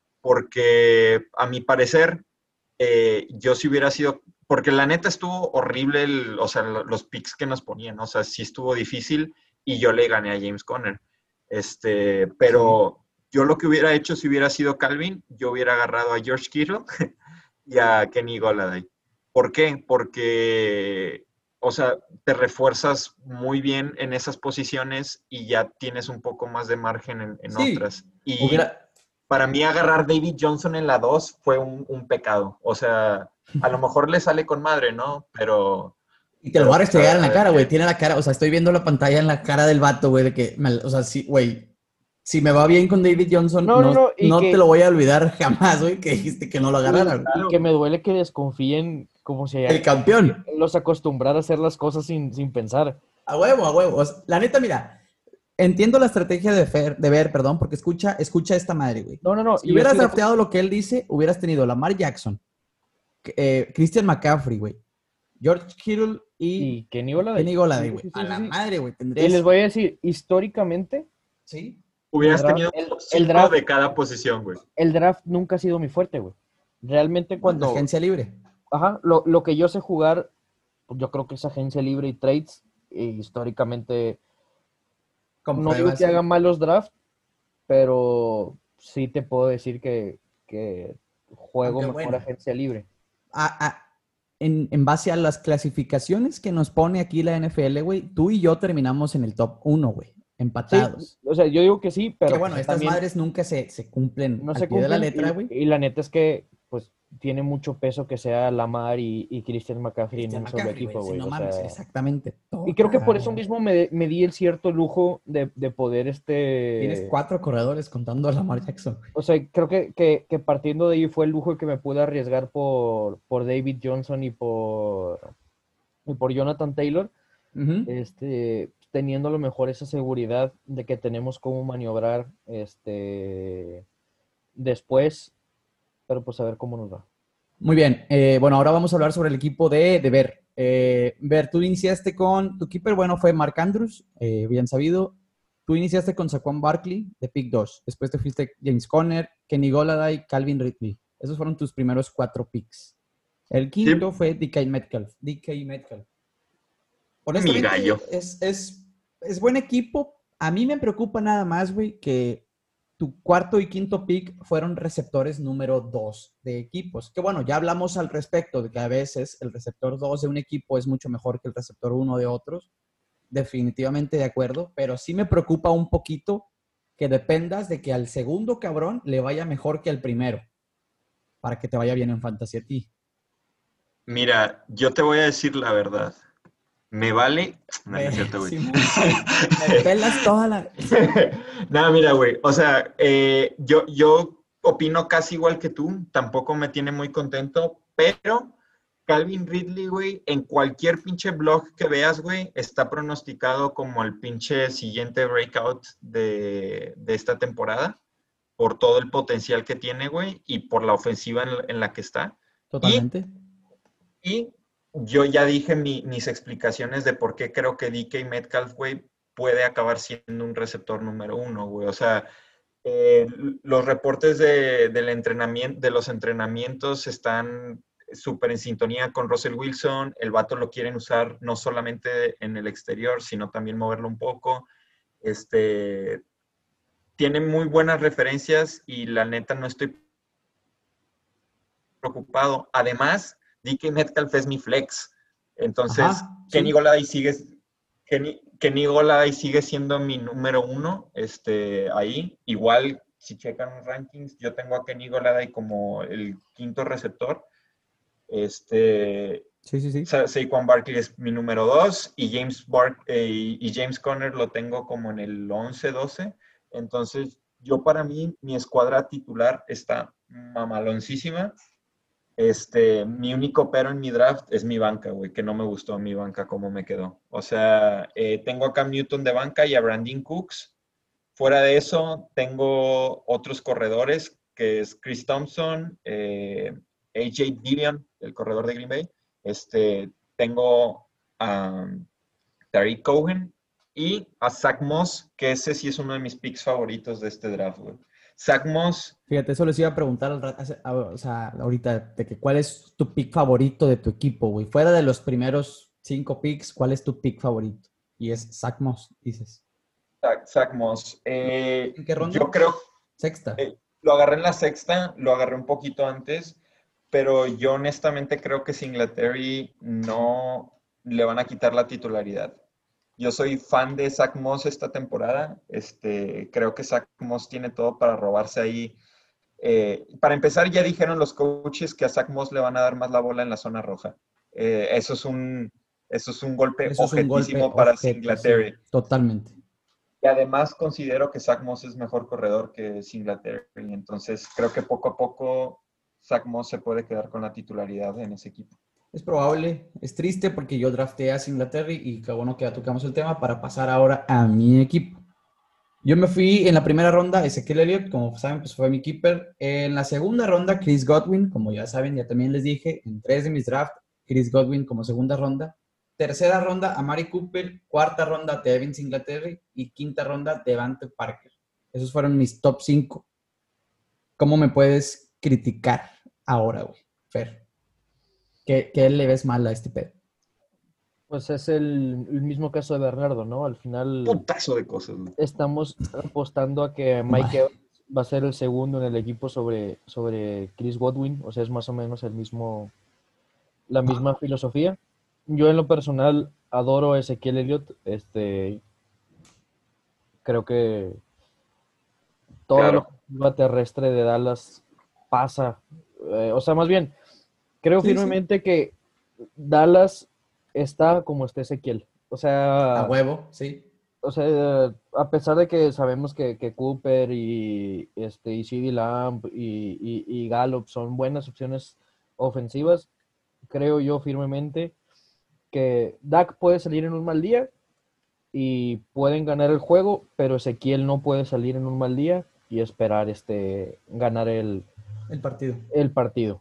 Porque a mi parecer, eh, yo si hubiera sido, porque la neta estuvo horrible, el, o sea, los picks que nos ponían, o sea, sí estuvo difícil y yo le gané a James Conner. Este, pero sí, yo lo que hubiera hecho si hubiera sido Calvin, yo hubiera agarrado a George Kittle y a Kenny Golladay. ¿Por qué? Porque, o sea, te refuerzas muy bien en esas posiciones y ya tienes un poco más de margen en, en Sí, otras. Y hubiera... para mí agarrar David Johnson en la dos fue un, un pecado. O sea, a lo mejor le sale con madre, ¿no? Pero... Y te lo va a restregar en la cara, güey. que... Tiene la cara, o sea, estoy viendo la pantalla en la cara del vato, güey, de que, me, o sea, sí, güey, si me va bien con David Johnson, no, no, no, no que... te lo voy a olvidar jamás, güey, que dijiste que no lo agarrara. Y, claro, y que me duele que desconfíen como si el campeón los acostumbrara a hacer las cosas sin, sin pensar. A huevo, a huevo. O sea, la neta, mira, entiendo la estrategia de, Fer, de Ver, perdón, porque escucha, escucha esta madre, güey. No, no, no. Si hubieras drafteado lo que él dice, hubieras tenido Lamar Jackson, eh, Christian McCaffrey, güey, George Kittle y, y Kenny Golladay. Kenny Golladay, güey. Sí, sí, sí, a la sí. madre, güey. Tendrías... Y les voy a decir, históricamente, sí, hubieras el tenido el, el draft de cada posición, güey. El draft nunca ha sido mi fuerte, güey. Realmente cuando... La agencia libre. Ajá, lo, lo que yo sé jugar, yo creo que es agencia libre y trades, e históricamente... Con no digo que hagan malos drafts, pero sí te puedo decir que, que juego mejor bueno. agencia libre. Ah, ah. En, en base a las clasificaciones que nos pone aquí la N F L, güey, tú y yo terminamos en el top uno, güey, empatados. Sí, o sea, yo digo que sí, pero... Que bueno, pues, estas también madres nunca se, se cumplen no al se pie cumplen de la letra, güey. Y, y la neta es que pues tiene mucho peso que sea Lamar y, y Christian McCaffrey en Christian un solo McCaffrey, equipo, güey. Sí, güey. no O mames, sea, exactamente. y creo que por Total. eso mismo me, me di el cierto lujo de, de poder Tienes este... cuatro corredores contando a Lamar Jackson. O sea, creo que, que, que partiendo de ahí fue el lujo que me pude arriesgar por, por David Johnson y por, y por Jonathan Taylor, Ujú. este, teniendo a lo mejor esa seguridad de que tenemos cómo maniobrar este, después, pero pues a ver cómo nos va. Muy bien. Eh, bueno, ahora vamos a hablar sobre el equipo de, de Ver. Eh, Ver, tú iniciaste con tu keeper, bueno, fue Mark Andrews, eh, bien sabido. Tú iniciaste con Saquon Barkley de pick dos. Después te fuiste James Conner, Kenny Golladay, Calvin Ridley. Esos fueron tus primeros cuatro picks. El Sí, quinto fue D K Metcalf. D K Metcalf. mi gallo. Honestamente, es, es, es buen equipo. A mí me preocupa nada más, güey, que tu cuarto y quinto pick fueron receptores número dos de equipos. Que bueno, ya hablamos al respecto de que a veces el receptor dos de un equipo es mucho mejor que el receptor uno de otros. Definitivamente de acuerdo, pero sí me preocupa un poquito que dependas de que al segundo cabrón le vaya mejor que al primero, para que te vaya bien en fantasía a ti. Mira, yo te voy a decir la verdad. Me vale. No, no es cierto, güey. Simón, me pelas toda la... Nada, mira, güey. O sea, eh, yo, yo opino casi igual que tú. Tampoco me tiene muy contento, pero Calvin Ridley, güey, en cualquier pinche blog que veas, güey, está pronosticado como el pinche siguiente breakout de, de esta temporada por todo el potencial que tiene, güey, y por la ofensiva en, en la que está. Y Totalmente. y yo ya dije mi, mis explicaciones de por qué creo que D K Metcalf, güey, puede acabar siendo un receptor número uno, güey. O sea, eh, los reportes de, del entrenamiento, de los entrenamientos están súper en sintonía con Russell Wilson. El vato lo quieren usar no solamente en el exterior, sino también moverlo un poco. Este, tiene muy buenas referencias y la neta no estoy preocupado. Además, D K Metcalf es mi flex. Entonces, Ajá, Kenny sí. Golladay sigue, Kenny, Kenny Golladay sigue siendo mi número uno este, ahí. Igual, si checan los rankings, yo tengo a Kenny Golladay como el quinto receptor. Este, Sí, sí, sí. Sa Saquon Barkley es mi número dos y James, Bar eh, y James Conner lo tengo como en el once, doce. Entonces, yo para mí, mi escuadra titular está mamaloncísima. Este, mi único pero en mi draft es mi banca, güey, que no me gustó mi banca cómo me quedó. O sea, eh, tengo a Cam Newton de banca y a Brandon Cooks. Fuera de eso, tengo otros corredores, que es Chris Thompson, eh, A J Dillon, el corredor de Green Bay. Este, tengo a um, Tariq Cohen y a Zach Moss, que ese sí es uno de mis picks favoritos de este draft, güey. Zach Moss. Fíjate, eso les iba a preguntar al rato, o sea, ahorita, de que cuál es tu pick favorito de tu equipo, güey. Fuera de los primeros cinco picks, ¿cuál es tu pick favorito? Y es Zach Moss, dices. Zach, Zach Moss. Eh, ¿En qué yo ronda? creo, Sexta. eh, lo agarré en la sexta, lo agarré un poquito antes, pero yo honestamente creo que Singletary no le van a quitar la titularidad. Yo soy fan de Zach Moss esta temporada. Este, creo que Zach Moss tiene todo para robarse ahí. Eh, para empezar, ya dijeron los coaches que a Zach Moss le van a dar más la bola en la zona roja. Eh, eso es un, eso es un golpe Eso es un golpe objetísimo para ojete, sí, Singletary. totalmente. Y además considero que Zach Moss es mejor corredor que Singletary. Entonces creo que poco a poco Zach Moss se puede quedar con la titularidad en ese equipo. Es probable, es triste porque yo drafté a Singletary y qué bueno que ya tocamos el tema para pasar ahora a mi equipo. Yo me fui en la primera ronda, Ezequiel Elliott, como saben, pues fue mi keeper. En la segunda ronda, Chris Godwin, como ya saben, ya también les dije, en tres de mis drafts, Chris Godwin como segunda ronda. Tercera ronda, Amari Cooper. Cuarta ronda, Devin Singletary. Y quinta ronda, Devante Parker. Esos fueron mis top cinco. ¿Cómo me puedes criticar ahora, güey, Fer? ¿Qué, qué le ves mal a este pedo? Pues es el, el mismo caso de Bernardo, ¿no? Al final Putazo de cosas, güey. estamos apostando a que Mike Evans va a ser el segundo en el equipo sobre, sobre Chris Godwin, o sea, es más o menos el mismo, la misma filosofía. Yo en lo personal adoro a Ezequiel Elliott, este, creo que todo lo Claro. que terrestre de Dallas pasa Eh, o sea, más bien, creo Sí, firmemente que Dallas está como está Ezequiel. O A sea, huevo, sí. o sea, a pesar de que sabemos que, que Cooper y este y CeeDee Lamb y, y, y Gallup son buenas opciones ofensivas, creo yo firmemente que Dak puede salir en un mal día y pueden ganar el juego, pero Ezequiel no puede salir en un mal día y esperar este ganar el, El partido. el partido.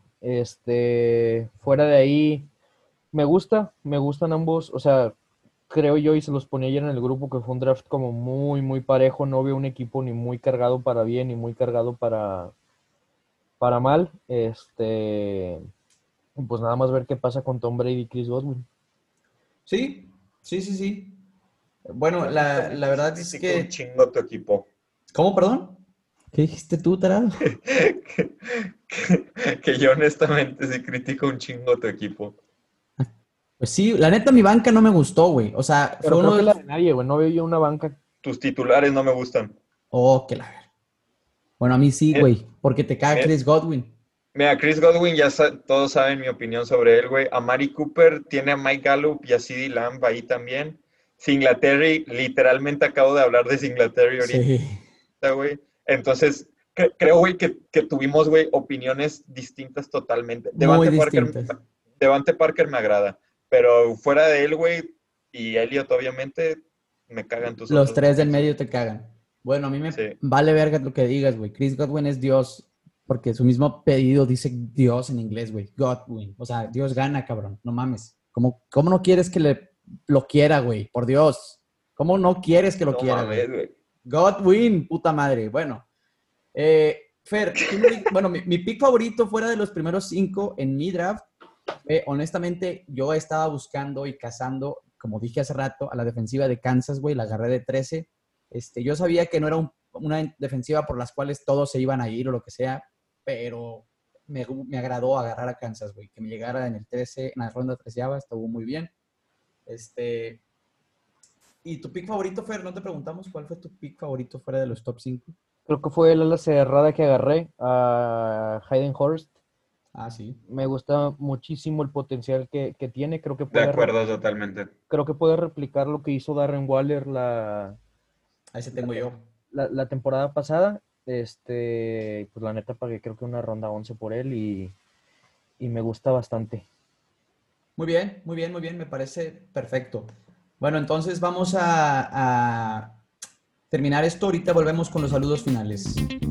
Este, fuera de ahí, me gusta, me gustan ambos, o sea, creo yo y se los ponía ayer en el grupo que fue un draft como muy, muy parejo, no veo un equipo ni muy cargado para bien ni muy cargado para, para mal. Este, pues nada más ver qué pasa con Tom Brady y Chris Godwin. Sí, sí, sí, sí. Bueno, la, la Honestamente, sí verdad es critico un que... chingo tu equipo. ¿Cómo, perdón? ¿Qué dijiste tú, tarado? que, que- que yo honestamente sí critico un chingo tu equipo. Pues sí, la neta mi banca no me gustó, güey. O sea, fue Pero creo uno que de la los... de nadie, güey, no veo yo una banca. Tus titulares no me gustan. Oh, que la ver. Bueno, a mí sí, Mira, güey, porque te caga mira, Chris Godwin. mira, Chris Godwin, ya sa- todos saben mi opinión sobre él, güey. A Mari Cooper tiene a Mike Gallup y a CeeDee Lamb ahí también. Singletary, literalmente acabo de hablar de Singletary ahorita, Sí, güey. Entonces, cre- creo, güey, que, que tuvimos, güey, opiniones distintas totalmente. muy Devante Parker, distintas. Devante Parker me agrada, pero fuera de él, güey, y Elliot, obviamente, me cagan tus Los otras tres del opciones. medio te cagan. Bueno, a mí me Sí. vale verga lo que digas, güey. Chris Godwin es Dios, porque su mismo pedido dice Dios en inglés, güey. Godwin. O sea, Dios gana, cabrón. No mames. ¿Cómo, cómo no quieres que le lo quiera, güey? Por Dios. ¿Cómo no quieres que lo No quiera, güey? mames, güey. Godwin, puta madre. Bueno, eh, Fer, tú me di- bueno, mi, mi pick favorito fuera de los primeros cinco en mi draft, fue, honestamente, yo estaba buscando y cazando, como dije hace rato, a la defensiva de Kansas, güey, la agarré de trece. Este, yo sabía que no era un, una defensiva por las cuales todos se iban a ir o lo que sea, pero me, me agradó agarrar a Kansas, güey, que me llegara en el trece, en la ronda treceava, estuvo muy bien. Este, ¿y tu pick favorito, Fer? No te preguntamos cuál fue tu pick favorito fuera de los top cinco. Creo que fue la ala cerrada que agarré a Hayden Hurst. Ah, sí. Me gusta muchísimo el potencial que, que tiene. Creo que De puede, re- acuerdo totalmente. creo que puede replicar lo que hizo Darren Waller la, Ahí se la, tengo yo. la- la temporada pasada. Este, pues la neta pagué creo que una ronda once por él y, y me gusta bastante. Muy bien, muy bien, muy bien, me parece perfecto. Bueno, entonces vamos a, a terminar esto. Ahorita volvemos con los saludos finales.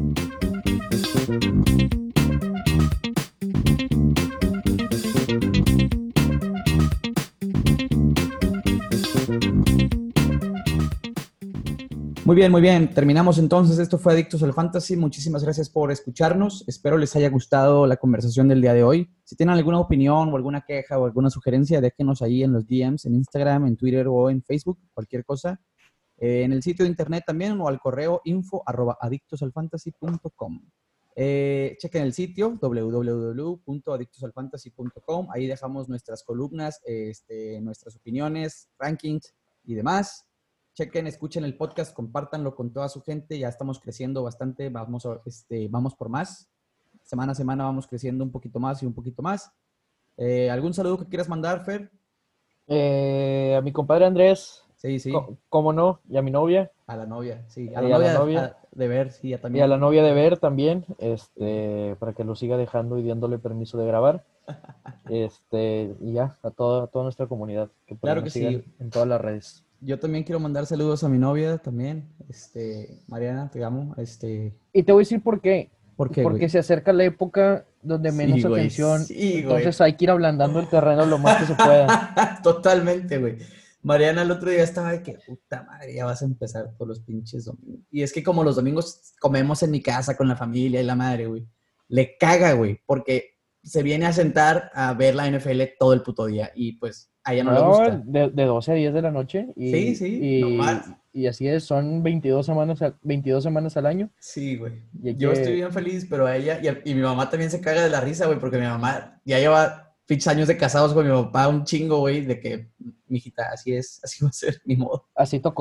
Muy bien, muy bien. Terminamos entonces. Esto fue Adictos al Fantasy. Muchísimas gracias por escucharnos. Espero les haya gustado la conversación del día de hoy. Si tienen alguna opinión o alguna queja o alguna sugerencia, déjenos ahí en los D Ms, en Instagram, en Twitter o en Facebook, cualquier cosa. Eh, en el sitio de internet también o al correo info arroba adictosalfantasy punto com. Eh, chequen el sitio w w w punto adictosalfantasy punto com. Ahí dejamos nuestras columnas, este, nuestras opiniones, rankings y demás. Chequen, escuchen el podcast, compártanlo con toda su gente. Ya estamos creciendo bastante. Vamos, a, este, vamos por más. Semana a semana vamos creciendo un poquito más y un poquito más. Eh, ¿Algún saludo que quieras mandar, Fer? Eh, a mi compadre Andrés, Sí, sí. co- cómo no, y a mi novia, A la novia, sí. A la y a la novia, novia, a- de ver, sí, ya y también. a la novia de Ver también, este, para que lo siga dejando y dándole permiso de grabar. Este, y ya, a toda, a toda nuestra comunidad, que por ahí Claro nos que sigan sí. en todas las redes. Yo también quiero mandar saludos a mi novia también. Este, Mariana, te amo. Este, Y te voy a decir por qué. ¿por qué, Porque güey? se acerca la época donde Sí, menos güey, atención, sí, entonces güey. hay que ir ablandando el terreno lo más que se pueda. Totalmente, güey. Mariana el otro día estaba de que, puta madre, ya vas a empezar por los pinches domingos. Y es que como los domingos comemos en mi casa con la familia y la madre, güey, le caga, güey, porque se viene a sentar a ver la N F L todo el puto día y pues a ella no le No, gusta. de, de doce a diez de la noche Sí, y, sí, y, nomás. y así es, son veintidós semanas, a- veintidós semanas al año. Sí, güey. Y hay Yo estoy que- bien feliz, pero a ella y, a- y mi mamá también se caga de la risa, güey, porque mi mamá ya lleva pinches años de casados con mi papá, un chingo, güey, de que, mijita, así es, así va a ser, ni modo. Así tocó.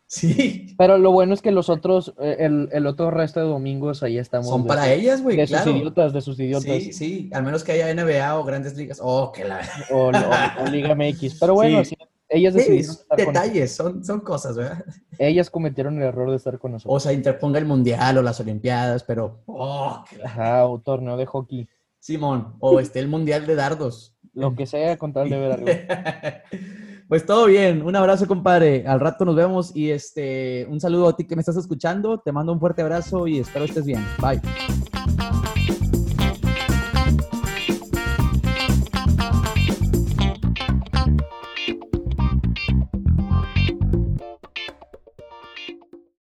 Sí. Pero lo bueno es que los otros, eh, el, el otro resto de domingos ahí estamos. Son de para sus- ellas, güey, De claro. sus idiotas, de sus idiotas. Sí, sí, al menos que haya N B A o Grandes Ligas. Oh, que la... O, o- o Liga M X. Pero bueno, Sí. sí, ellas Sí, decidieron es estar con nosotros. detalles, son, son cosas, ¿verdad? Ellas cometieron el error de estar con O nosotros. sea, interponga el Mundial o las Olimpiadas, pero... Oh, que la... Ajá, o torneo de hockey. Simón, o esté el Mundial de Dardos. Lo que sea con tal de ver arriba. Pues todo bien, un abrazo, compadre. Al rato nos vemos y este, un saludo a ti que me estás escuchando. Te mando un fuerte abrazo y espero estés bien. Bye.